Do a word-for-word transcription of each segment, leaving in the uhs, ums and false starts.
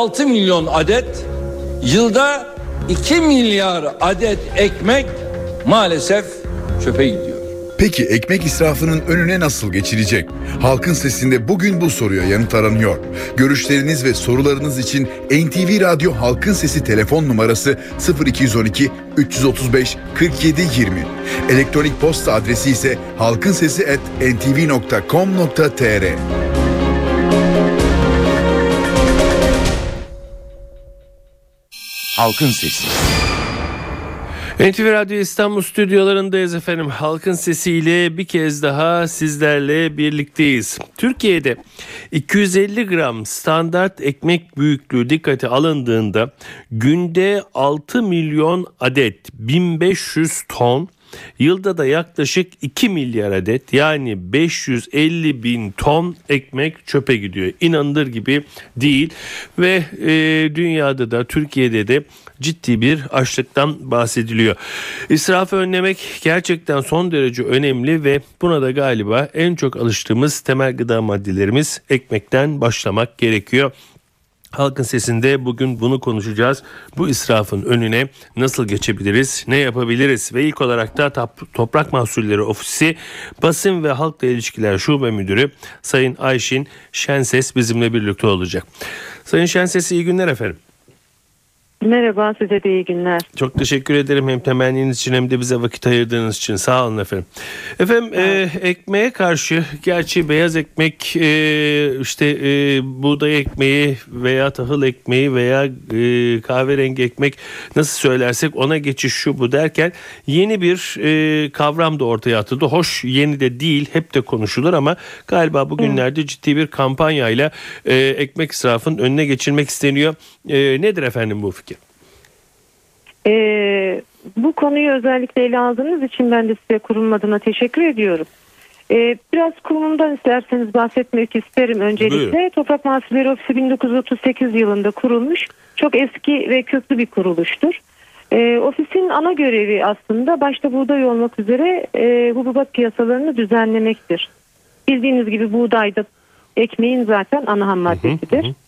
altı milyon adet, yılda iki milyar adet ekmek maalesef çöpe gidiyor. Peki ekmek israfının önüne nasıl geçilecek? Halkın Sesi'nde bugün bu soruya yanıt aranıyor. Görüşleriniz ve sorularınız için N T V Radyo Halkın Sesi telefon numarası sıfır iki on iki üç otuz beş kırk yedi yirmi. Elektronik posta adresi ise halkinsesi at n t v nokta com nokta t r. Halkın Sesi. N T V Radyo İstanbul stüdyolarındayız efendim. Halkın sesiyle bir kez daha sizlerle birlikteyiz. Türkiye'de iki yüz elli gram standart ekmek büyüklüğü dikkate alındığında günde altı milyon adet, bin beş yüz ton, yılda da yaklaşık iki milyar adet, yani beş yüz elli bin ton ekmek çöpe gidiyor. İnanılır gibi değil ve e, dünyada da Türkiye'de de ciddi bir açlıktan bahsediliyor. İsrafı önlemek gerçekten son derece önemli ve buna da galiba en çok alıştığımız temel gıda maddelerimiz ekmekten başlamak gerekiyor. Halkın Sesi'nde bugün bunu konuşacağız. Bu israfın önüne nasıl geçebiliriz, ne yapabiliriz? Ve ilk olarak da Toprak Mahsulleri Ofisi Basın ve Halkla İlişkiler Şube Müdürü Sayın Ayşin Şenses bizimle birlikte olacak. Sayın Şenses, iyi günler efendim. Merhaba, size de iyi günler. Çok teşekkür ederim hem temenniniz için hem de bize vakit ayırdığınız için. Sağ olun efendim. Efendim e, ekmeğe karşı, gerçi beyaz ekmek, e, işte e, buğday ekmeği veya tahıl ekmeği veya e, kahverengi ekmek, nasıl söylersek ona geçiş şu bu derken yeni bir e, kavram da ortaya atıldı. Hoş yeni de değil, hep de konuşulur ama galiba bugünlerde Hı. ciddi bir kampanyayla e, ekmek israfının önüne geçilmek isteniyor. E, nedir efendim bu fikir? Ee, bu konuyu özellikle ele aldığınız için ben de size kurum adına teşekkür ediyorum. Ee, biraz kurumumdan isterseniz bahsetmek isterim öncelikle. Buyurun. Toprak Mahsulleri Ofisi bin dokuz yüz otuz sekiz yılında kurulmuş. Çok eski ve köklü bir kuruluştur. Ee, ofisin ana görevi aslında başta buğday olmak üzere e, hububat piyasalarını düzenlemektir. Bildiğiniz gibi buğday da ekmeğin zaten ana ham maddesidir. Hı hı.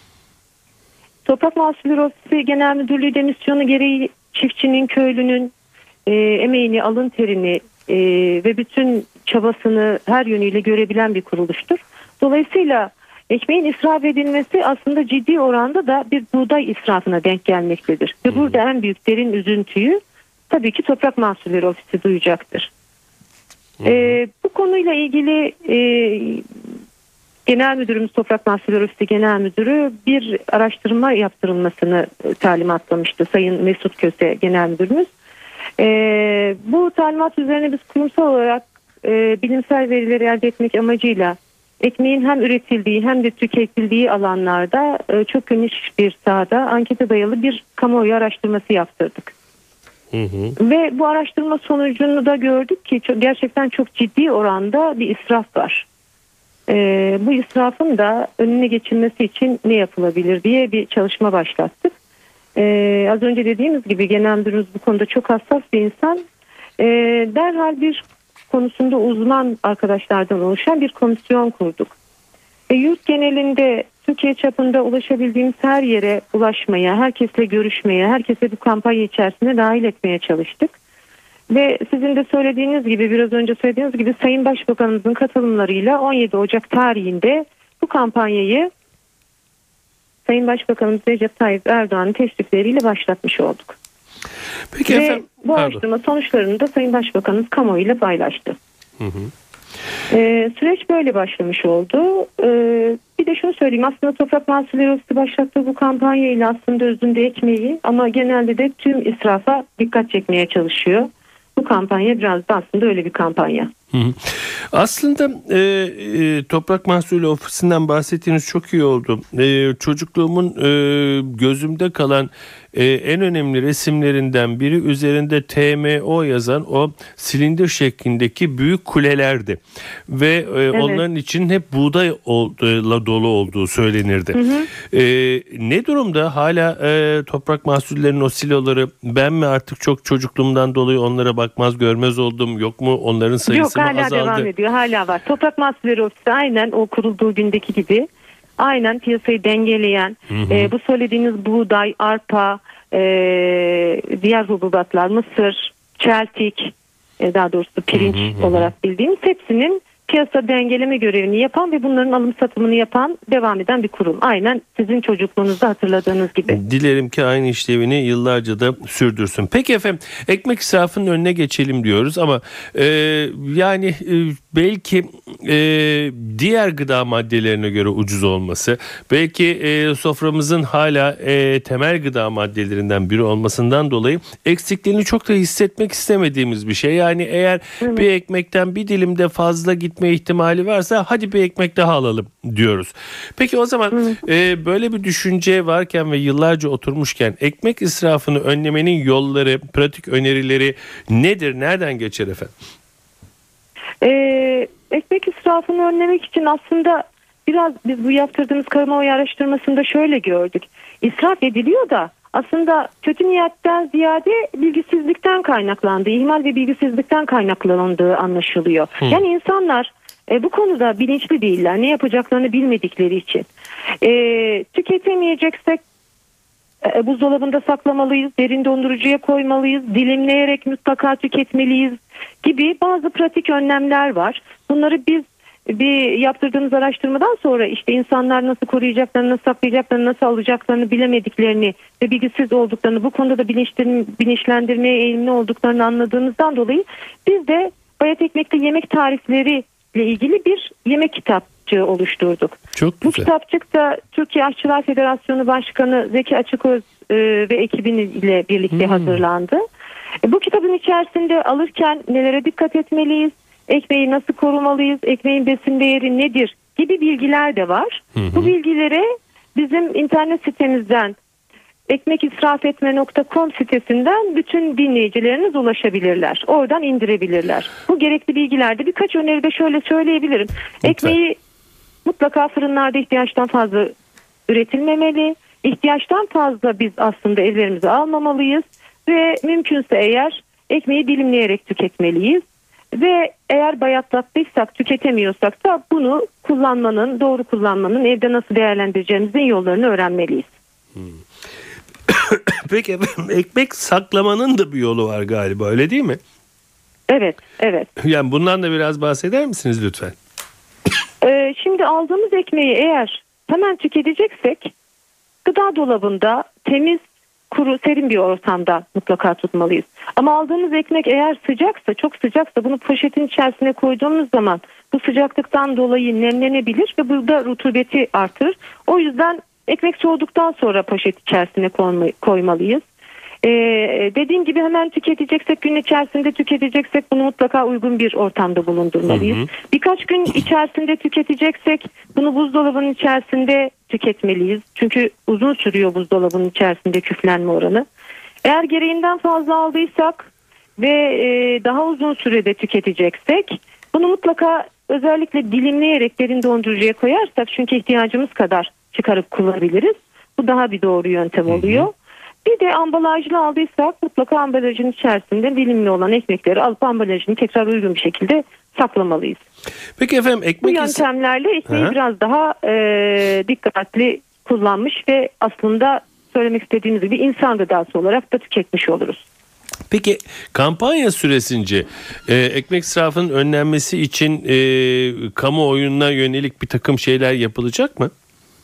Toprak Mahsulleri Ofisi Genel Müdürlüğü de misyonu gereği çiftçinin, köylünün e, emeğini, alın terini e, ve bütün çabasını her yönüyle görebilen bir kuruluştur. Dolayısıyla ekmeğin israf edilmesi aslında ciddi oranda da bir buğday israfına denk gelmektedir. Ve burada en büyük derin üzüntüyü tabii ki Toprak Mahsulleri Ofisi duyacaktır. E, bu konuyla ilgili e, Genel Müdürümüz, Toprak Mahsulleri Ofisi Genel Müdürü bir araştırma yaptırılmasını talimatlamıştı Sayın Mesut Köse Genel Müdürümüz. Ee, bu talimat üzerine biz kurumsal olarak e, bilimsel verileri elde etmek amacıyla ekmeğin hem üretildiği hem de tüketildiği alanlarda e, çok geniş bir sahada ankete dayalı bir kamuoyu araştırması yaptırdık. Hı hı. Ve bu araştırma sonucunu da gördük ki çok, gerçekten çok ciddi oranda bir israf var. Ee, bu israfın da önüne geçilmesi için ne yapılabilir diye bir çalışma başlattık. Ee, az önce dediğimiz gibi genel müdürümüz bu konuda çok hassas bir insan. Ee, derhal bir konusunda uzman arkadaşlardan oluşan bir komisyon kurduk. E, yurt genelinde Türkiye çapında ulaşabildiğimiz her yere ulaşmaya, herkesle görüşmeye, herkese bu kampanya içerisine dahil etmeye çalıştık. Ve sizin de söylediğiniz gibi, biraz önce söylediğiniz gibi Sayın Başbakanımızın katılımlarıyla on yedi Ocak tarihinde bu kampanyayı Sayın Başbakanımız Recep Tayyip Erdoğan'ın teşrifleriyle başlatmış olduk. Peki Ve efendim, bu araştırma sonuçlarını da Sayın Başbakanımız kamuoyuyla paylaştı. Hı hı. Ee, süreç böyle başlamış oldu. Ee, bir de şunu söyleyeyim, aslında Toprak Mahsulleri Ofisi başlattığı bu kampanya ile aslında özünde ekmeği ama genelde de tüm israfa dikkat çekmeye çalışıyor. Bu kampanya biraz da aslında öyle bir kampanya. Hı hı. Aslında e, e, Toprak Mahsulü Ofisi'nden bahsettiğiniz çok iyi oldu. E, çocukluğumun e, gözümde kalan e, en önemli resimlerinden biri üzerinde T M O yazan o silindir şeklindeki büyük kulelerdi. Ve e, evet. onların için hep buğdayla dolu olduğu söylenirdi. Hı hı. E, ne durumda hala e, Toprak Mahsullerinin o siloları? Ben mi artık çok çocukluğumdan dolayı onlara bakmaz görmez oldum? Yok mu onların sayısı? Yok, hala azaldı? Devam ediyor, hala var. Toprak Mahsulleri Ofisi aynen o kurulduğu gündeki gibi aynen piyasayı dengeleyen, Hı hı. e, bu söylediğiniz buğday, arpa, e, diğer hububatlar, mısır, çeltik, e, daha doğrusu pirinç Hı hı hı. olarak bildiğimiz hepsinin piyasa dengeleme görevini yapan ve bunların alım satımını yapan, devam eden bir kurum. Aynen sizin çocukluğunuzda hatırladığınız gibi. Dilerim ki aynı işlevini yıllarca da sürdürsün. Peki efendim, ekmek israfının önüne geçelim diyoruz ama e, yani e, belki e, diğer gıda maddelerine göre ucuz olması, belki e, soframızın hala e, temel gıda maddelerinden biri olmasından dolayı eksikliğini çok da hissetmek istemediğimiz bir şey. Yani eğer Evet. bir ekmekten bir dilim de fazla gitme ihtimali varsa hadi bir ekmek daha alalım diyoruz. Peki o zaman e, böyle bir düşünce varken ve yıllarca oturmuşken ekmek israfını önlemenin yolları, pratik önerileri nedir? Nereden geçer efendim? Ee, ekmek israfını önlemek için aslında biraz biz bu yaptırdığımız kamuoyu araştırmasında şöyle gördük. İsraf ediliyor da aslında kötü niyetten ziyade bilgisizlikten kaynaklandığı, ihmal ve bilgisizlikten kaynaklandığı anlaşılıyor. Hı. Yani insanlar e, bu konuda bilinçli değiller. Ne yapacaklarını bilmedikleri için. E, tüketemeyeceksek e, buzdolabında saklamalıyız, derin dondurucuya koymalıyız, dilimleyerek mutlaka tüketmeliyiz gibi bazı pratik önlemler var. Bunları biz bir yaptırdığımız araştırmadan sonra işte insanlar nasıl koruyacaklarını, nasıl saklayacaklarını, nasıl alacaklarını bilemediklerini ve bilgisiz olduklarını, bu konuda da bilinçlendirmeye eğilimli olduklarını anladığımızdan dolayı biz de bayat ekmekte yemek tarifleri ile ilgili bir yemek kitapçığı oluşturduk. Çok Bu güzel. kitapçık da Türkiye Aşçılar Federasyonu Başkanı Zeki Açıköz e, ve ekibiniyle birlikte Hmm. hazırlandı. E, bu kitabın içerisinde alırken nelere dikkat etmeliyiz, ekmeği nasıl korumalıyız, ekmeğin besin değeri nedir gibi bilgiler de var. Hı hı. Bu bilgilere bizim internet sitemizden ekmekisrafetme nokta com sitesinden bütün dinleyicileriniz ulaşabilirler. Oradan indirebilirler. Bu gerekli bilgilerde birkaç öneri de şöyle söyleyebilirim. Lütfen. Ekmeği mutlaka fırınlarda ihtiyaçtan fazla üretilmemeli. İhtiyaçtan fazla biz aslında ellerimize almamalıyız. Ve mümkünse eğer ekmeği dilimleyerek tüketmeliyiz. Ve eğer bayatlattıysak, tüketemiyorsak da bunu kullanmanın, doğru kullanmanın, evde nasıl değerlendireceğimizin yollarını öğrenmeliyiz. Peki efendim, ekmek saklamanın da bir yolu var galiba, öyle değil mi? Evet, evet. Yani bundan da biraz bahseder misiniz lütfen? Ee, şimdi aldığımız ekmeği eğer hemen tüketeceksek gıda dolabında temiz, kuru, serin bir ortamda mutlaka tutmalıyız. Ama aldığımız ekmek eğer sıcaksa, çok sıcaksa bunu poşetin içerisine koyduğumuz zaman bu sıcaklıktan dolayı nemlenebilir ve burada rutubeti artır. O yüzden ekmek soğuduktan sonra poşet içerisine koymalıyız. Ee, dediğim gibi hemen tüketeceksek, gün içerisinde tüketeceksek bunu mutlaka uygun bir ortamda bulundurmalıyız. Hı hı. Birkaç gün içerisinde tüketeceksek bunu buzdolabının içerisinde tüketmeliyiz. Çünkü uzun sürüyor buzdolabının içerisinde küflenme oranı. Eğer gereğinden fazla aldıysak ve e, daha uzun sürede tüketeceksek bunu mutlaka özellikle dilimleyerek derin dondurucuya koyarsak, çünkü ihtiyacımız kadar çıkarıp kullanabiliriz. Bu daha bir doğru yöntem oluyor. Hı hı. Bir de ambalajlı aldıysak mutlaka ambalajın içerisinde dilimli olan ekmekleri alıp ambalajını tekrar uygun bir şekilde saklamalıyız. Peki efendim, Bu ekmek yöntemlerle ekmeği Aha. biraz daha e, dikkatli kullanmış ve aslında söylemek istediğimiz gibi insan gıdası olarak da tüketmiş oluruz. Peki kampanya süresince e, ekmek israfının önlenmesi için e, kamuoyuna yönelik bir takım şeyler yapılacak mı?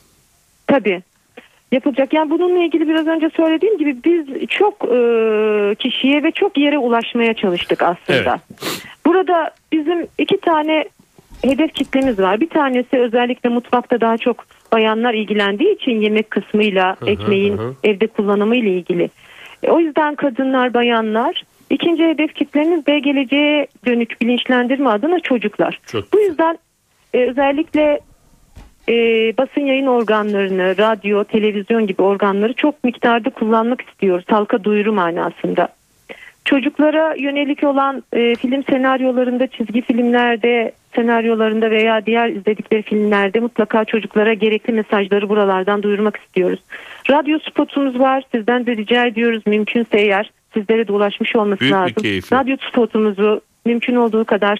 Tabii. Yapılacak. Yani bununla ilgili biraz önce söylediğim gibi biz çok e, kişiye ve çok yere ulaşmaya çalıştık aslında. Evet. Burada bizim iki tane hedef kitlemiz var. Bir tanesi özellikle mutfakta daha çok bayanlar ilgilendiği için yemek kısmıyla, Hı hı, ekmeğin hı. evde kullanımı ile ilgili. E, o yüzden kadınlar, bayanlar. İkinci hedef kitlemiz de geleceğe dönük bilinçlendirme adına çocuklar. Çok Bu güzel. yüzden e, özellikle e, basın yayın organlarını, radyo, televizyon gibi organları çok miktarda kullanmak istiyoruz. Halka duyuru manasında. Çocuklara yönelik olan e, film senaryolarında, çizgi filmlerde, senaryolarında veya diğer izledikleri filmlerde mutlaka çocuklara gerekli mesajları buralardan duyurmak istiyoruz. Radyo spotumuz var. Sizden de rica ediyoruz, mümkünse eğer sizlere de ulaşmış olması Büyük bir lazım. keyifle. Radyo spotumuzu mümkün olduğu kadar çok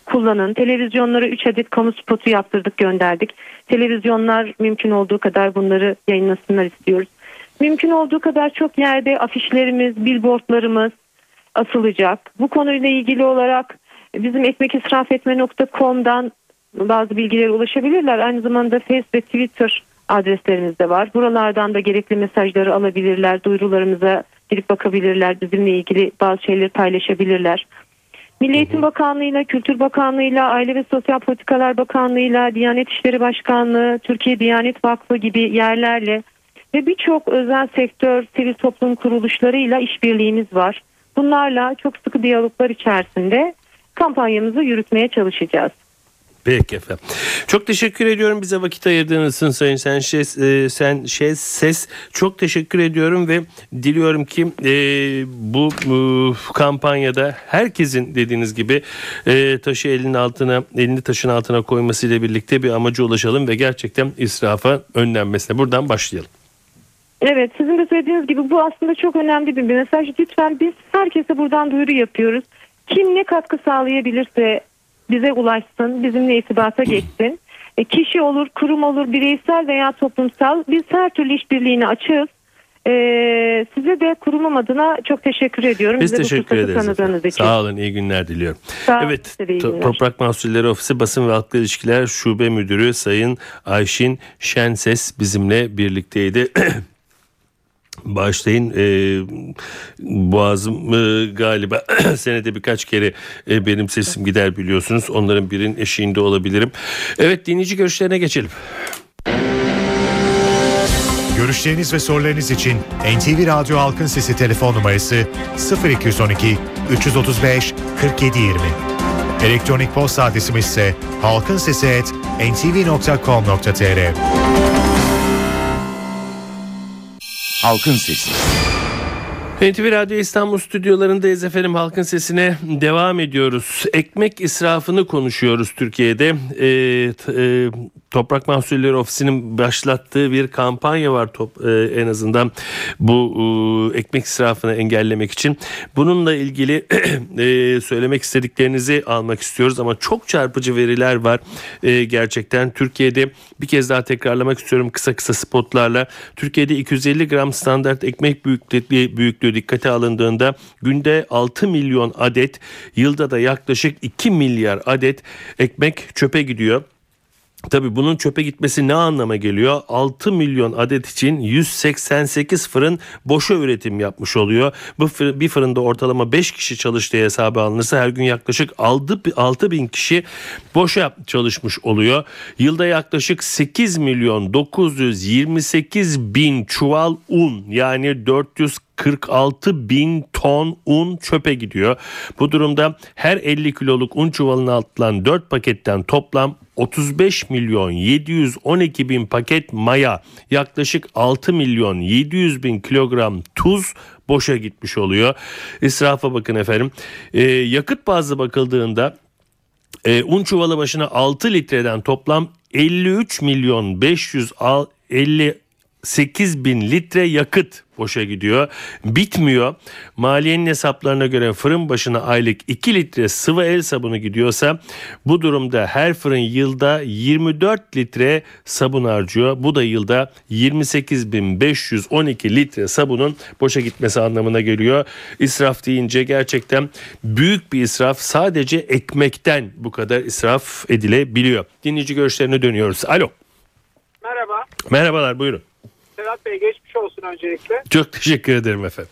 kullanın. Televizyonlara üç adet kamu spotu yaptırdık, gönderdik. Televizyonlar mümkün olduğu kadar bunları yayınlasınlar istiyoruz. Mümkün olduğu kadar çok yerde afişlerimiz, billboardlarımız asılacak. Bu konuyla ilgili olarak bizim ekmekisrafetme nokta com'dan bazı bilgilere ulaşabilirler. Aynı zamanda Facebook ve Twitter adreslerimiz de var. Buralardan da gerekli mesajları alabilirler. Duyurularımıza girip bakabilirler. Bizimle ilgili bazı şeyleri paylaşabilirler. Milli Eğitim Bakanlığı'yla, Kültür Bakanlığı'yla, Aile ve Sosyal Politikalar Bakanlığı'yla, Diyanet İşleri Başkanlığı, Türkiye Diyanet Vakfı gibi yerlerle ve birçok özel sektör, sivil toplum kuruluşlarıyla işbirliğimiz var. Bunlarla çok sıkı diyaloglar içerisinde kampanyamızı yürütmeye çalışacağız. Peki efendim. Çok teşekkür ediyorum bize vakit ayırdığınız için Sayın Senşes, e, sen şey ses çok teşekkür ediyorum ve diliyorum ki e, bu e, kampanyada herkesin dediğiniz gibi e, taşı elinin altına, elini taşın altına koymasıyla birlikte bir amaca ulaşalım ve gerçekten israfa önlenmesine buradan başlayalım. Evet, sizin de söylediğiniz gibi bu aslında çok önemli bir mesaj. Lütfen biz herkese buradan duyuru yapıyoruz. Kim ne katkı sağlayabilirse bize ulaşsın, bizimle irtibata geçsin. E, kişi olur, kurum olur, bireysel veya toplumsal, biz her türlü işbirliğine açığız. E, size de kurumum adına çok teşekkür ediyorum. Biz bize teşekkür ederiz. Sağ olun, iyi günler diliyorum. Sağ evet, to- Toprak Mahsulleri Ofisi Basın ve Halkla İlişkiler Şube Müdürü Sayın Ayşin Şenses bizimle birlikteydi. Başlayın, e, boğazım e, galiba senede birkaç kere e, benim sesim gider biliyorsunuz. Onların birinin eşiğinde olabilirim. Evet, dinleyici görüşlerine geçelim. Görüşleriniz ve sorularınız için N T V Radyo Halkın Sesi telefon numarası sıfır iki on iki üç otuz beş kırk yedi yirmi. Elektronik posta adresimiz ise halkinsesi at en ti vi nokta com nokta tr. Halkın Sesi. N T V Radyo İstanbul stüdyolarındayız efendim. Halkın Sesi'ne devam ediyoruz. Ekmek israfını konuşuyoruz Türkiye'de. Ee, t- e, Toprak Mahsulleri Ofisi'nin başlattığı bir kampanya var top, e, en azından bu e, ekmek israfını engellemek için. Bununla ilgili e, söylemek istediklerinizi almak istiyoruz ama çok çarpıcı veriler var. E, gerçekten Türkiye'de bir kez daha tekrarlamak istiyorum kısa kısa spotlarla. Türkiye'de iki yüz elli gram standart ekmek büyüklüğü, büyüklüğü dikkate alındığında günde altı milyon adet, yılda da yaklaşık iki milyar adet ekmek çöpe gidiyor. Tabii bunun çöpe gitmesi ne anlama geliyor? altı milyon adet için yüz seksen sekiz fırın boşa üretim yapmış oluyor. Bu fır, bir fırında ortalama beş kişi çalıştığı hesaba alınırsa her gün yaklaşık altı bin kişi boşa çalışmış oluyor. Yılda yaklaşık sekiz milyon dokuz yüz yirmi sekiz bin çuval un, yani dört yüz kırk altı bin ton un çöpe gidiyor. Bu durumda her elli kiloluk un çuvalına atılan dört paketten toplam otuz beş milyon yedi yüz on iki bin paket maya, yaklaşık altı milyon yedi yüz bin kilogram tuz boşa gitmiş oluyor. İsrafa bakın efendim. Ee, yakıt bazlı bakıldığında e, un çuvalı başına altı litreden toplam elli üç milyon beş yüz elli sekiz bin litre yakıt boşa gidiyor. Bitmiyor. Maliyenin hesaplarına göre fırın başına aylık iki litre sıvı el sabunu gidiyorsa bu durumda her fırın yılda yirmi dört litre sabun harcıyor. Bu da yılda yirmi sekiz bin beş yüz on iki litre sabunun boşa gitmesi anlamına geliyor. İsraf deyince gerçekten büyük bir israf. Sadece ekmekten bu kadar israf edilebiliyor. Dinleyici görüşlerine dönüyoruz. Alo. Merhaba. Merhabalar, buyurun. Sedat Bey, geçmiş olsun öncelikle. Çok teşekkür ederim efendim.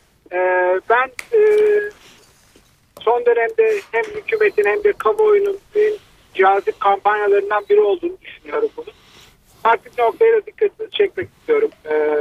Ee, ben e, son dönemde hem hükümetin hem de kamuoyunun en cazip kampanyalarından biri olduğunu düşünüyorum bunu. Farklı bir noktaya da dikkatinizi çekmek istiyorum. Ee,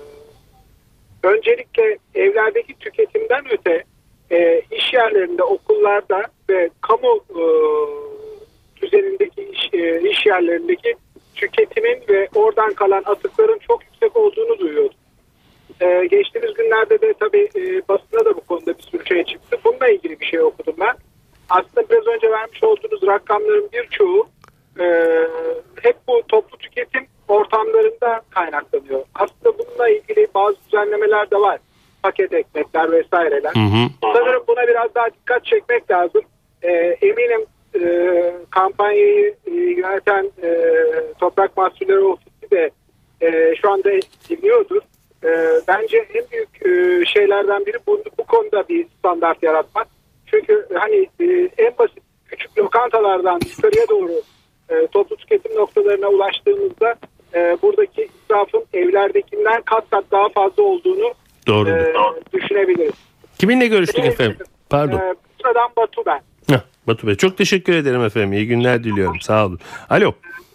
öncelikle evlerdeki tüketimden öte e, iş yerlerinde, okullarda ve kamu e, düzenindeki iş, e, iş yerlerindeki tüketimin ve oradan kalan atıkların çok yüksek olduğunu duyuyordum. Ee, geçtiğimiz günlerde de tabii e, basında da bu konuda bir sürü şey çıktı. Bununla ilgili bir şey okudum ben. Aslında biraz önce vermiş olduğunuz rakamların birçoğu e, hep bu toplu tüketim ortamlarında kaynaklanıyor. Aslında bununla ilgili bazı düzenlemeler de var. Paket ekmekler vesaireler. Hı hı. Sanırım buna biraz daha dikkat çekmek lazım. E, eminim e, kampanyayı e, yöneten e, Toprak Mahsulleri Ofisi de e, şu anda dinliyordur. E, bence en büyük e, şeylerden biri bu, bu konuda bir standart yaratmak. Çünkü hani e, en basit küçük lokantalardan yukarıya doğru e, toplu tüketim noktalarına ulaştığımızda e, buradaki israfın evlerdekinden kat kat daha fazla olduğunu Doğru. e, düşünebiliriz. Kiminle görüştük Evet. efendim? Pardon. E, Buradan Batu ben. Heh, Batu Bey, çok teşekkür ederim efendim. İyi günler diliyorum. Sağ olun. Alo.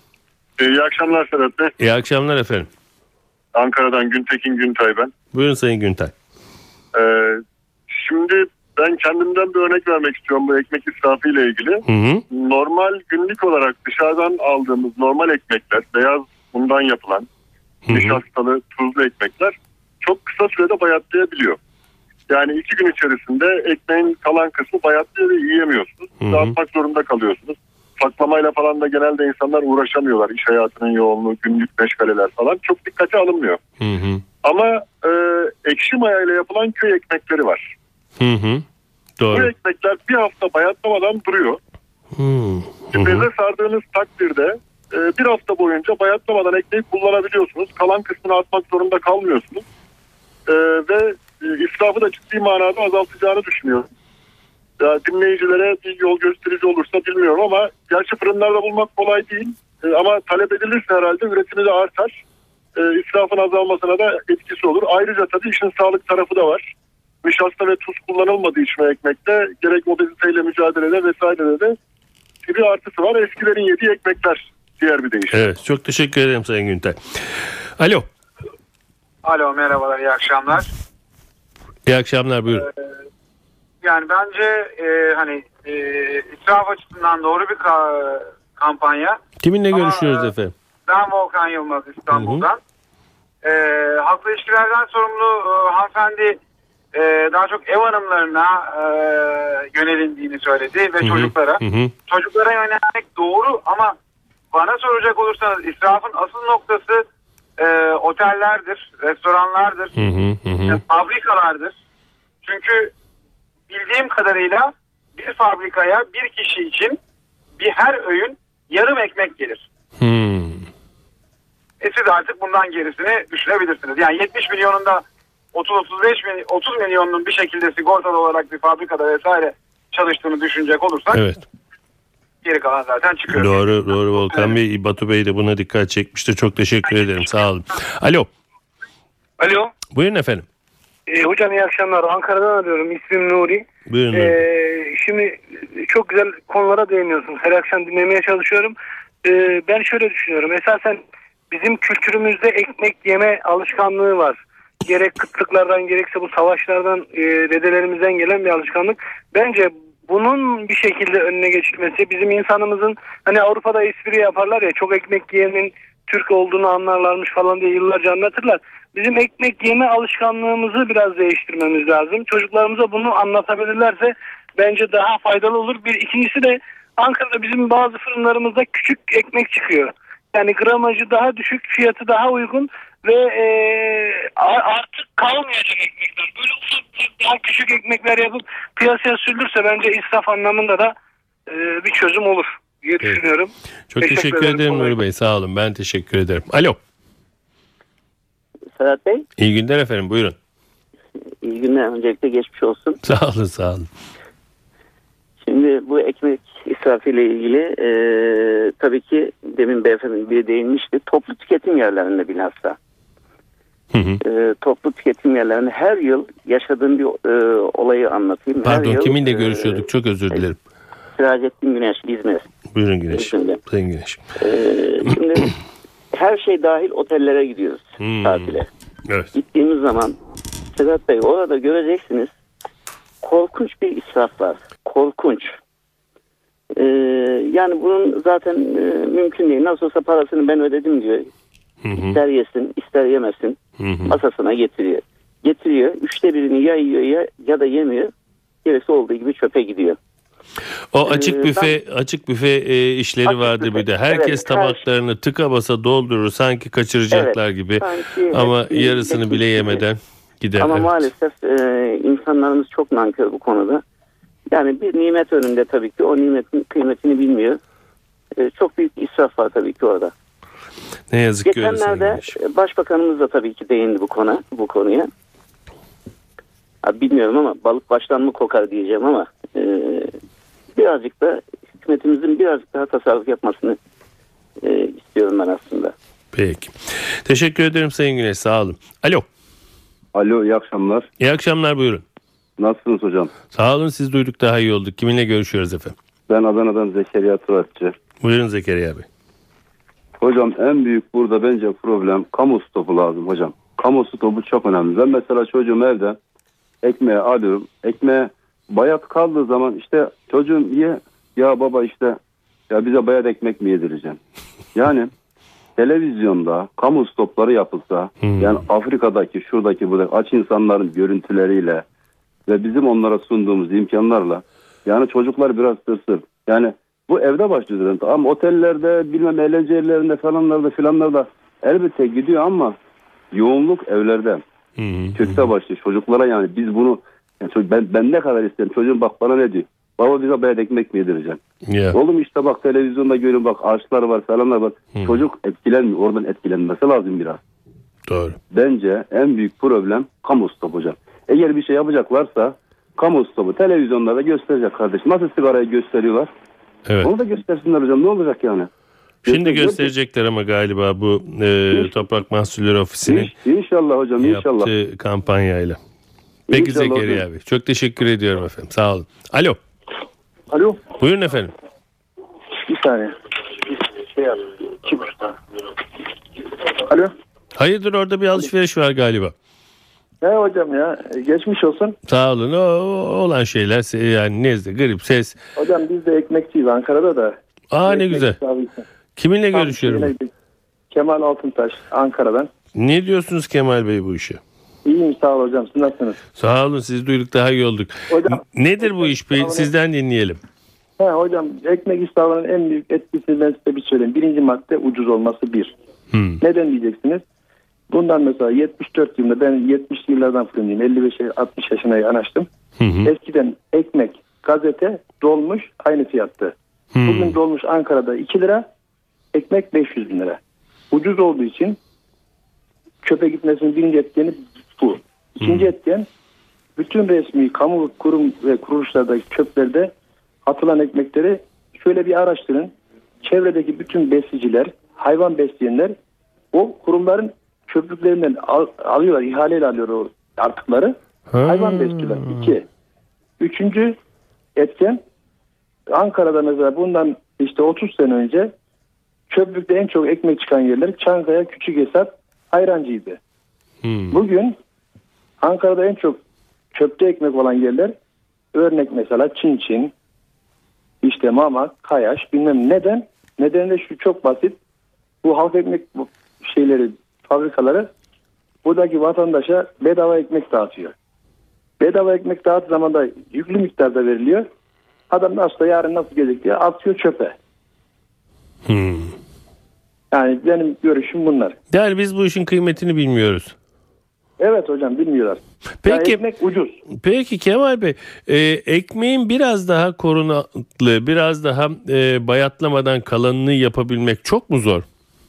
İyi akşamlar Serhat Bey. İyi akşamlar efendim. Ankara'dan Güntekin Güntay ben. Buyurun Sayın Güntay. Ee, şimdi ben kendimden bir örnek vermek istiyorum bu ekmek israfı ile ilgili. Hı hı. Normal günlük olarak dışarıdan aldığımız normal ekmekler, beyaz undan yapılan Hı hı. nişastalı tuzlu ekmekler çok kısa sürede bayatlayabiliyor. Yani iki gün içerisinde ekmeğin kalan kısmı bayatlıyor ve yiyemiyorsunuz. Hı hı. Dağıtmak zorunda kalıyorsunuz. Saklamayla falan da genelde insanlar uğraşamıyorlar. İş hayatının yoğunluğu, günlük meşgaleler falan çok dikkate alınmıyor. Hı hı. Ama e, ekşi maya ile yapılan köy ekmekleri var. Hı hı. Bu Doğru. ekmekler bir hafta bayatlamadan duruyor. Hı hı. Beze sardığınız takdirde e, bir hafta boyunca bayatlamadan ekmeği kullanabiliyorsunuz. Kalan kısmını atmak zorunda kalmıyorsunuz. E, ve e, israfı da ciddi manada azaltacağını düşünüyorum. Ya, dinleyicilere bir yol gösterici olursa bilmiyorum ama gerçi fırınlarda bulmak kolay değil. E, ama talep edilirse herhalde üretimi de artar. E, israfın azalmasına da etkisi olur. Ayrıca tabii işin sağlık tarafı da var. Nişasta ve tuz kullanılmadığı için o ekmekte gerek obeziteyle mücadelede vesairede de bir artısı var. Eskilerin yediği ekmekler diğer bir değişim. Evet, çok teşekkür ederim Sayın Güntay. Alo. Alo, merhabalar, iyi akşamlar. İyi akşamlar, buyurun. Ee, yani bence e, hani e, israf açısından doğru bir ka- kampanya. Kiminle Ama, görüşüyoruz e, efendim? Ben Volkan Yılmaz İstanbul'dan. E, halkla ilişkilerden sorumlu e, hanımefendi e, daha çok ev hanımlarına e, yönelindiğini söyledi ve Hı hı, çocuklara. hı hı. Çocuklara yönelmek doğru ama bana soracak olursanız israfın asıl noktası e, otellerdir, restoranlardır, Hı hı, hı hı. e, fabrikalardır. Çünkü bildiğim kadarıyla bir fabrikaya bir kişi için bir her öğün yarım ekmek gelir. Hmm. E siz artık bundan gerisini düşünebilirsiniz. Yani yetmiş milyonunda otuz otuz beş milyon, otuz milyonun bir şekilde sigortalı olarak bir fabrikada vesaire çalıştığını düşünecek olursak Evet. geri kalan zaten çıkıyor. Doğru, doğru Volkan Bey. Batu Bey de buna dikkat çekmişti. Çok teşekkür ederim. Sağ olun. Alo. Alo. Buyurun efendim. E, hocam iyi akşamlar. Ankara'dan arıyorum. İsmim Nuri. Buyurun. E, şimdi çok güzel konulara değiniyorsunuz. Her akşam dinlemeye çalışıyorum. E, ben şöyle düşünüyorum. Esasen bizim kültürümüzde ekmek yeme alışkanlığı var. Gerek kıtlıklardan gerekse bu savaşlardan e, dedelerimizden gelen bir alışkanlık. Bence bunun bir şekilde önüne geçilmesi, bizim insanımızın hani Avrupa'da espri yaparlar ya, çok ekmek yiyenin Türk olduğunu anlarlarmış falan diye yıllarca anlatırlar. Bizim ekmek yeme alışkanlığımızı biraz değiştirmemiz lazım. Çocuklarımıza bunu anlatabilirlerse bence daha faydalı olur. Bir ikincisi de Ankara'da bizim bazı fırınlarımızda küçük ekmek çıkıyor. Yani gramajı daha düşük, fiyatı daha uygun ve e, artık kalmayacak ekmekler. Böyle ufak daha küçük ekmekler yapıp piyasaya sürülürse bence israf anlamında da e, bir çözüm olur diye Evet. düşünüyorum. Çok teşekkür, Teşekkür ederim ederim. Nuri Bey. Sağ olun. Ben teşekkür ederim. Alo. Serhat Bey, İyi günler efendim. Buyurun. iyi günler. Öncelikle geçmiş olsun. Sağ olun, sağ olun. Şimdi bu ekmek israfı ile ilgili e, tabii ki demin beyefendi biri değinmişti. Toplu tüketim yerlerinde bilhassa. Hı hı. E, toplu tüketim yerlerinde her yıl yaşadığım bir e, olayı anlatayım. Pardon, her yıl, kiminle e, görüşüyorduk? Çok özür dilerim. Sirajettin Güneş, İzmir. Buyurun Güneş. Şimdi. Sayın Güneş. E, şimdi her şey dahil otellere gidiyoruz Hmm. tatile. Evet. Gittiğimiz zaman Sedat Bey orada göreceksiniz korkunç bir israf var. Korkunç. Ee, yani bunun zaten e, mümkün değil. Nasıl olsa parasını ben ödedim diyor. Hı hı. İster yesin ister yemesin Hı hı. masasına getiriyor. Getiriyor. Üçte birini ya yiyor ya, ya da yemiyor. Gerisi olduğu gibi çöpe gidiyor. O açık Ee, büfe açık büfe e, işleri Açık vardı büfe, bir de. Herkes evet, tabaklarını tıka basa doldurur sanki kaçıracaklar Evet, gibi. sanki Ama hep- yarısını hep- bile yemeden gider. Ama Evet. maalesef e, insanlarımız çok nankör bu konuda. Yani bir nimet önünde tabii ki o nimetin kıymetini bilmiyor. Ee, çok büyük israf var tabii ki orada. Ne yazık ki öyle. Geçenlerde Başbakanımız da tabii ki değindi bu konu bu konuya. Abi bilmiyorum ama balık baştan mı kokar diyeceğim ama e, birazcık da hükümetimizin birazcık daha tasarruf yapmasını e, istiyorum ben aslında. Peki. Teşekkür ederim Sayın Güneş. Sağ olun. Alo. Alo, iyi akşamlar. İyi akşamlar, buyurun. Nasılsınız hocam? Sağ olun, siz duyduk daha iyi olduk. Kiminle görüşüyoruz efendim? Ben Adana'dan Zekeriya Turatçı. Buyurun Zekeriya Bey. Hocam en büyük burada bence problem kamu stopu lazım hocam. Kamu stopu çok önemli. Ben mesela çocuğum evde ekmeği alıyorum. Ekmeğe bayat kaldığı zaman işte çocuğum ye ya baba işte ya bize bayat ekmek mi yedireceksin? Yani televizyonda kamu stopları yapılsa hmm. yani Afrika'daki şuradaki buradaki aç insanların görüntüleriyle ve bizim onlara sunduğumuz imkanlarla yani çocuklar biraz tırsır. Yani bu evde başlıyor zaten. Ama otellerde bilmem eğlence yerlerinde falanlarda filanlarda elbette gidiyor ama yoğunluk evlerde. Hmm. Kökte başlıyor çocuklara yani biz bunu yani ben, ben ne kadar isterim çocuğum bak bana ne diyor? Baba bize bayat ekmek mi yedireceksin? Yeah. Oğlum işte bak televizyonda görüyorum bak ağaçlar var falanlar var. Hmm. Çocuk etkilenmiyor. Oradan etkilenmesi lazım biraz. Doğru. Bence en büyük problem kamu stopu hocam. Eğer bir şey yapacaklarsa kamu stopu televizyonlarda gösterecek kardeşim. Nasıl sigarayı gösteriyorlar? Evet. Onu da göstersinler hocam. Ne olacak yani? Şimdi gösterecekler ama galiba bu e, Toprak Mahsulleri Ofisi'nin İnşallah hocam inşallah. yaptığı kampanyayla. Peki İnşallah Zekeriya hocam. Abi. Çok teşekkür ediyorum efendim. Sağ olun. Alo. Alo. Buyurun efendim. Bir saniye. Bir şey yap. İki buçukta. Alo. Hayırdır orada bir alışveriş var galiba. Ne hocam ya geçmiş olsun. Sağ olun o, o olan şeyler yani nezle, grip, ses. Hocam biz de ekmekçiyiz Ankara'da da. Aa ne güzel. Kiminle Tam görüşüyorum? Şeyle, Kemal Altıntaş Ankara'dan. Ne diyorsunuz Kemal Bey bu işe? İyiyim sağ ol hocam siz nasılsınız? Sağ olun siz duyduk daha iyi olduk. Hocam, Nedir bu iş Bey? Sizden dinleyelim. He, hocam ekmek israfının en büyük etkisini ben size bir söyleyeyim. Birinci madde ucuz olması bir. Hmm. Neden diyeceksiniz? Bundan mesela yetmiş dört yılında ben yetmişli yıllardan fırıncıyım. elli beş altmış yaşına yanaştım. Hı hı. Eskiden ekmek, gazete, dolmuş aynı fiyattı. Hı. Bugün dolmuş Ankara'da iki lira, ekmek beş yüz bin lira. Ucuz olduğu için çöpe gitmesinin birinci etkeni bu. İkinci Hı. etken bütün resmi kamu kurum ve kuruluşlardaki çöplerde atılan ekmekleri şöyle bir araştırın. Çevredeki bütün besiciler, hayvan besleyenler o kurumların çöplüklerinden al, alıyorlar, ihaleyle alıyor o artıkları. Ha. Hayvan besliyorlar. İki. Üçüncü etken Ankara'da mesela bundan işte otuz sene önce çöplükte en çok ekmek çıkan yerler Çankaya, Küçükesap, Ayrancı'ydı. Hmm. Bugün Ankara'da en çok çöpte ekmek olan yerler örnek mesela Çinçin, işte Mamak, Kayaş bilmem neden. Nedeni de şu çok basit. Bu halk ekmek şeyleri fabrikaları buradaki vatandaşa bedava ekmek dağıtıyor. Bedava ekmek dağıttığı zaman da yüklü miktarda veriliyor. Adam nasıl yarın nasıl gelecek diye atıyor çöpe. Hmm. Yani benim görüşüm bunlar. Yani biz bu işin kıymetini bilmiyoruz. Evet hocam bilmiyorlar. Peki, yani ekmek ucuz. Peki Kemal Bey e, ekmeğin biraz daha korunaklı, biraz daha e, bayatlamadan kalanını yapabilmek çok mu zor?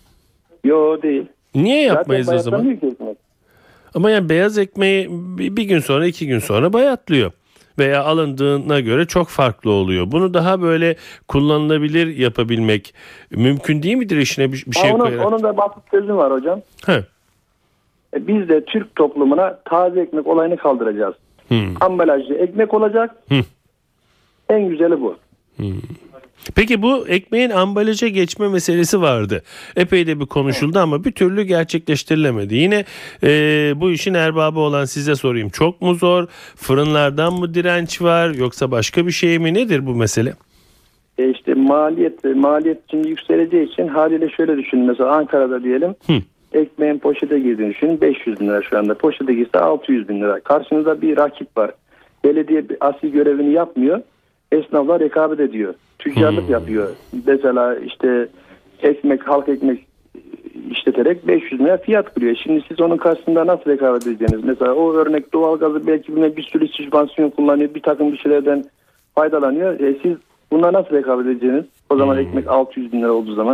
Yo değil. Niye yapmayız o zaman? Ama yani beyaz ekmeği bir gün sonra iki gün sonra bayatlıyor. Veya alındığına göre çok farklı oluyor. Bunu daha böyle kullanılabilir yapabilmek mümkün değil midir işine bir, bir şey onun, koyarak? Onun da basit sözüm var hocam. He. E, biz de Türk toplumuna taze ekmek olayını kaldıracağız. Hmm. Ambalajlı ekmek olacak. Hmm. En güzeli bu. Hmm. Peki bu ekmeğin ambalaja geçme meselesi vardı. Epey de bir konuşuldu ama bir türlü gerçekleştirilemedi. Yine e, bu işin erbabı olan size sorayım. Çok mu zor? Fırınlardan mı direnç var? Yoksa başka bir şey mi? Nedir bu mesele? E işte maliyet, maliyet şimdi yükseleceği için haliyle şöyle düşünün. Mesela Ankara'da diyelim Hı. ekmeğin poşete girdiğini düşünün. beş yüz bin lira şu anda. Poşete girse altı yüz bin lira. Karşınızda bir rakip var. Belediye asıl görevini yapmıyor. Esnaflar rekabet ediyor. Tüccarlık hmm. yapıyor. Mesela işte ekmek, halk ekmek işleterek beş yüz lira fiyat kuruyor. Şimdi siz onun karşısında nasıl rekabet edeceksiniz? Mesela o örnek doğalgazı belki buna bir sürü sübvansiyon kullanıyor. Bir takım bir şeylerden faydalanıyor. E, siz bunlara nasıl rekabet edeceksiniz? O zaman hmm. ekmek altı yüz bin lira olduğu zaman.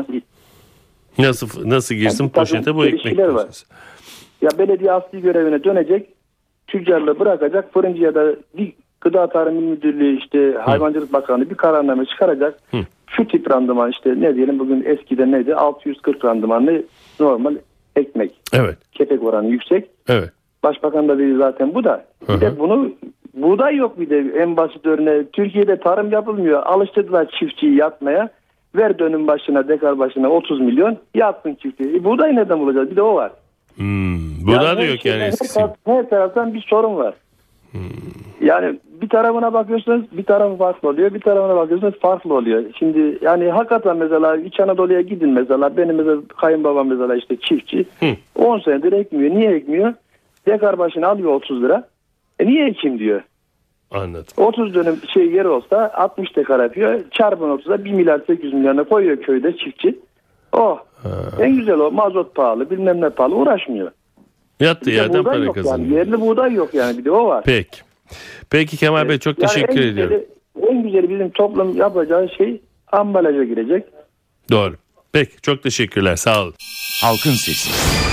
Nasıl nasıl girsin yani poşete bu ekmek? Var. Ya belediye asli görevine dönecek, tüccarlığı bırakacak, fırıncıya da bir Gıda Tarım İl Müdürlüğü işte Hı. Hayvancılık Bakanlığı bir kararname çıkaracak. Hı. Şu tip randıman işte ne diyelim bugün eskiden neydi? altı yüz kırk randımanlı normal ekmek. Evet. Kepek oranı yüksek. Evet. Başbakan da dedi zaten bu da. Bir Hı. de bunu buğday yok bir de en basit örneği. Türkiye'de tarım yapılmıyor. Alıştırdılar çiftçiyi yatmaya. Ver dönüm başına, dekar başına otuz milyon yatsın çiftçiyi. E, buğday nereden bulacağız? Bir de o var. Hmm, buğday yani da yok yani eskisi. Her, her taraftan bir sorun var. Hmm. Yani bir tarafına bakıyorsunuz bir tarafı farklı oluyor. Bir tarafına bakıyorsunuz farklı oluyor. Şimdi yani hakikaten mesela İç Anadolu'ya gidin mesela. Benim mesela kayınbabam mesela işte çiftçi. Hmm. on senedir ekmiyor. Niye ekmiyor? Dekar başına alıyor otuz lira. E niye ekim diyor. Anladım. otuz dönüm şey yer olsa altmış dekar yapıyor. Çarpın otuza bir milyar sekiz yüz milyona koyuyor köyde çiftçi. Oh. Ha. En güzel o. Mazot pahalı bilmem ne pahalı uğraşmıyor. Yattı yerden para kazanıyor. Yani. Yerli buğday yok yani bir de o var. Peki. Peki Kemal evet. Bey çok yani teşekkür en ediyorum. Güzeli, en güzeli bizim toplum yapacağı şey ambalaja girecek. Doğru. Peki çok teşekkürler sağ olun. Halkın Sesi.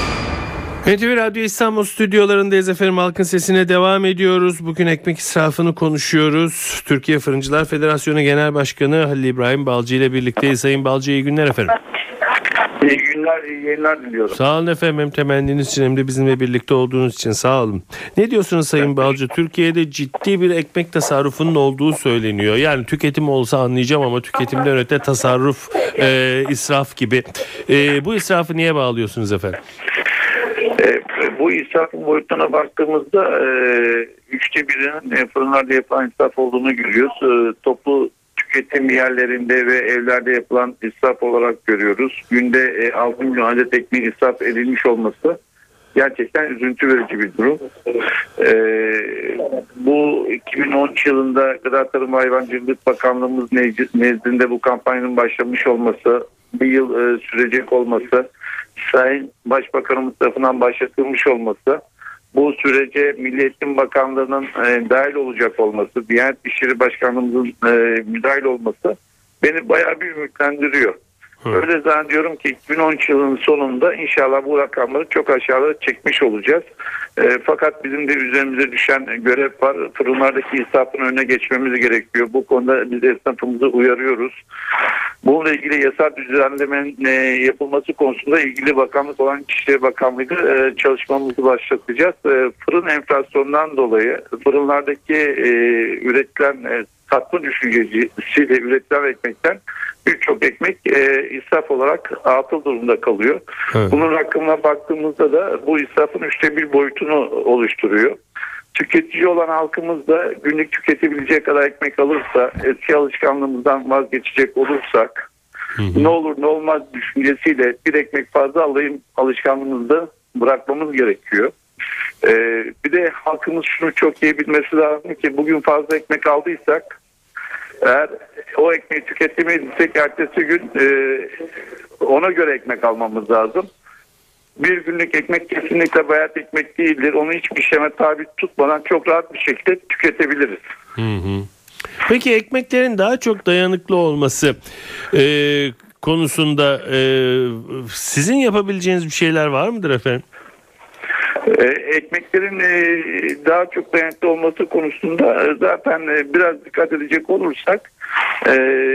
N T V Radyo İstanbul stüdyolarındayız efendim. Halkın Sesi'ne devam ediyoruz. Bugün ekmek israfını konuşuyoruz. Türkiye Fırıncılar Federasyonu Genel Başkanı Halil İbrahim Balcı ile birlikteyiz. Sayın Balcı iyi günler efendim. İyi günler, iyi yayınlar diliyorum. Sağ olun efendim hem temenniniz için hem de bizimle birlikte olduğunuz için sağ olun. Ne diyorsunuz Sayın Balcı? Türkiye'de ciddi bir ekmek tasarrufunun olduğu söyleniyor. Yani tüketim olsa anlayacağım ama tüketimden öte tasarruf, e, israf gibi. E, bu israfı niye bağlıyorsunuz efendim? E, bu israfın boyutuna baktığımızda e, üçte birinin e, fırınlarda yapılan israf olduğunu görüyoruz. E, toplu tüketim yerlerinde ve evlerde yapılan israf olarak görüyoruz. Günde e, altı milyon adet ekmeğin israf edilmiş olması gerçekten üzüntü verici bir durum. E, bu iki bin on üç yılında Gıda Tarım ve Hayvancılık Bakanlığımız nezdinde bu kampanyanın başlamış olması, bir yıl e, sürecek olması, Sayın Başbakanımız tarafından başlatılmış olması, bu sürece Milli Eğitim Bakanlığı'nın e, dahil olacak olması, Diyanet İşleri Başkanlığımızın e, müdahil olması beni bayağı bir ümitlendiriyor. Hı. Öyle zannediyorum ki iki bin on üç yılının sonunda inşallah bu rakamları çok aşağıda çekmiş olacağız. E, fakat bizim de üzerimize düşen görev var. Fırınlardaki israfın önüne geçmemiz gerekiyor. Bu konuda biz esnafımızı uyarıyoruz. Bununla ilgili yasal düzenlemenin e, yapılması konusunda ilgili bakanlık olan İçişleri Bakanlığı'yla e, çalışmamızı başlatacağız. E, fırın enflasyonundan dolayı fırınlardaki e, üretilen e, katma düşüncesiyle üretilen ekmekten birçok ekmek e, israf olarak atıl durumda kalıyor. Evet. Bunun rakamına baktığımızda da bu israfın üçte bir boyutunu oluşturuyor. Tüketici olan halkımız da günlük tüketebilecek kadar ekmek alırsa, eski alışkanlığımızdan vazgeçecek olursak, hı hı. ne olur ne olmaz düşüncesiyle bir ekmek fazla alayım alışkanlığımızda bırakmamız gerekiyor. Ee, bir de halkımız şunu çok iyi bilmesi lazım ki bugün fazla ekmek aldıysak, eğer o ekmeği tüketemediysek ertesi gün e, ona göre ekmek almamız lazım. Bir günlük ekmek kesinlikle bayat ekmek değildir. Onu hiçbir işleme tabi tutmadan çok rahat bir şekilde tüketebiliriz. Hı hı. Peki ekmeklerin daha çok dayanıklı olması e, konusunda e, sizin yapabileceğiniz bir şeyler var mıdır efendim? E, ekmeklerin e, daha çok dayanıklı olması konusunda e, zaten e, biraz dikkat edecek olursak e,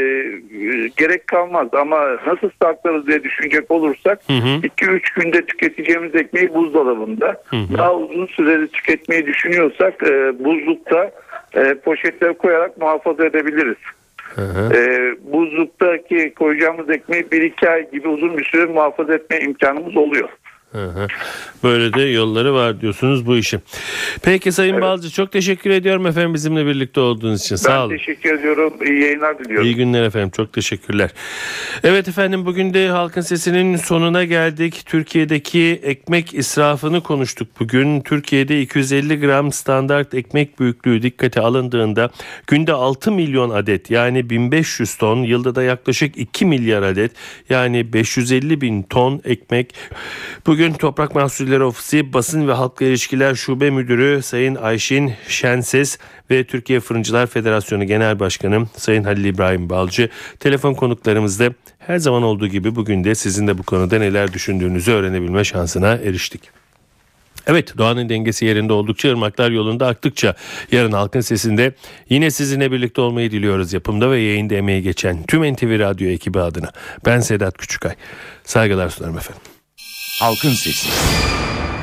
gerek kalmaz ama nasıl saklarız diye düşünecek olursak iki üç günde tüketeceğimiz ekmeği buzdolabında, hı hı. daha uzun süreli tüketmeyi düşünüyorsak e, buzlukta e, poşetlere koyarak muhafaza edebiliriz. Hı hı. E, buzluktaki koyacağımız ekmeği bir iki ay gibi uzun bir süre muhafaza etme imkanımız oluyor. Hı hı. Böyle de yolları var diyorsunuz bu işin. Peki Sayın evet. Balcı çok teşekkür ediyorum efendim bizimle birlikte olduğunuz için. Sağ olun. Ben teşekkür ediyorum. İyi yayınlar diliyorum. İyi günler efendim. Çok teşekkürler. Evet efendim bugün de Halkın Sesi'nin sonuna geldik. Türkiye'deki ekmek israfını konuştuk bugün. Türkiye'de iki yüz elli gram standart ekmek büyüklüğü dikkate alındığında günde altı milyon adet yani bin beş yüz ton, yılda da yaklaşık iki milyar adet yani beş yüz elli bin ton ekmek bugün Bugün Toprak Mahsulleri Ofisi Basın ve Halkla İlişkiler Şube Müdürü Sayın Ayşin Şenses ve Türkiye Fırıncılar Federasyonu Genel Başkanı Sayın Halil İbrahim Balcı telefon konuklarımızda. Her zaman olduğu gibi bugün de sizin de bu konuda neler düşündüğünüzü öğrenebilme şansına eriştik. Evet, doğanın dengesi yerinde oldukça, ırmaklar yolunda aktıkça yarın Halkın Sesi'nde yine sizinle birlikte olmayı diliyoruz. Yapımda ve yayında emeği geçen tüm N T V Radyo ekibi adına ben Sedat Küçükay. Saygılar sunarım efendim. Halkın Sesi.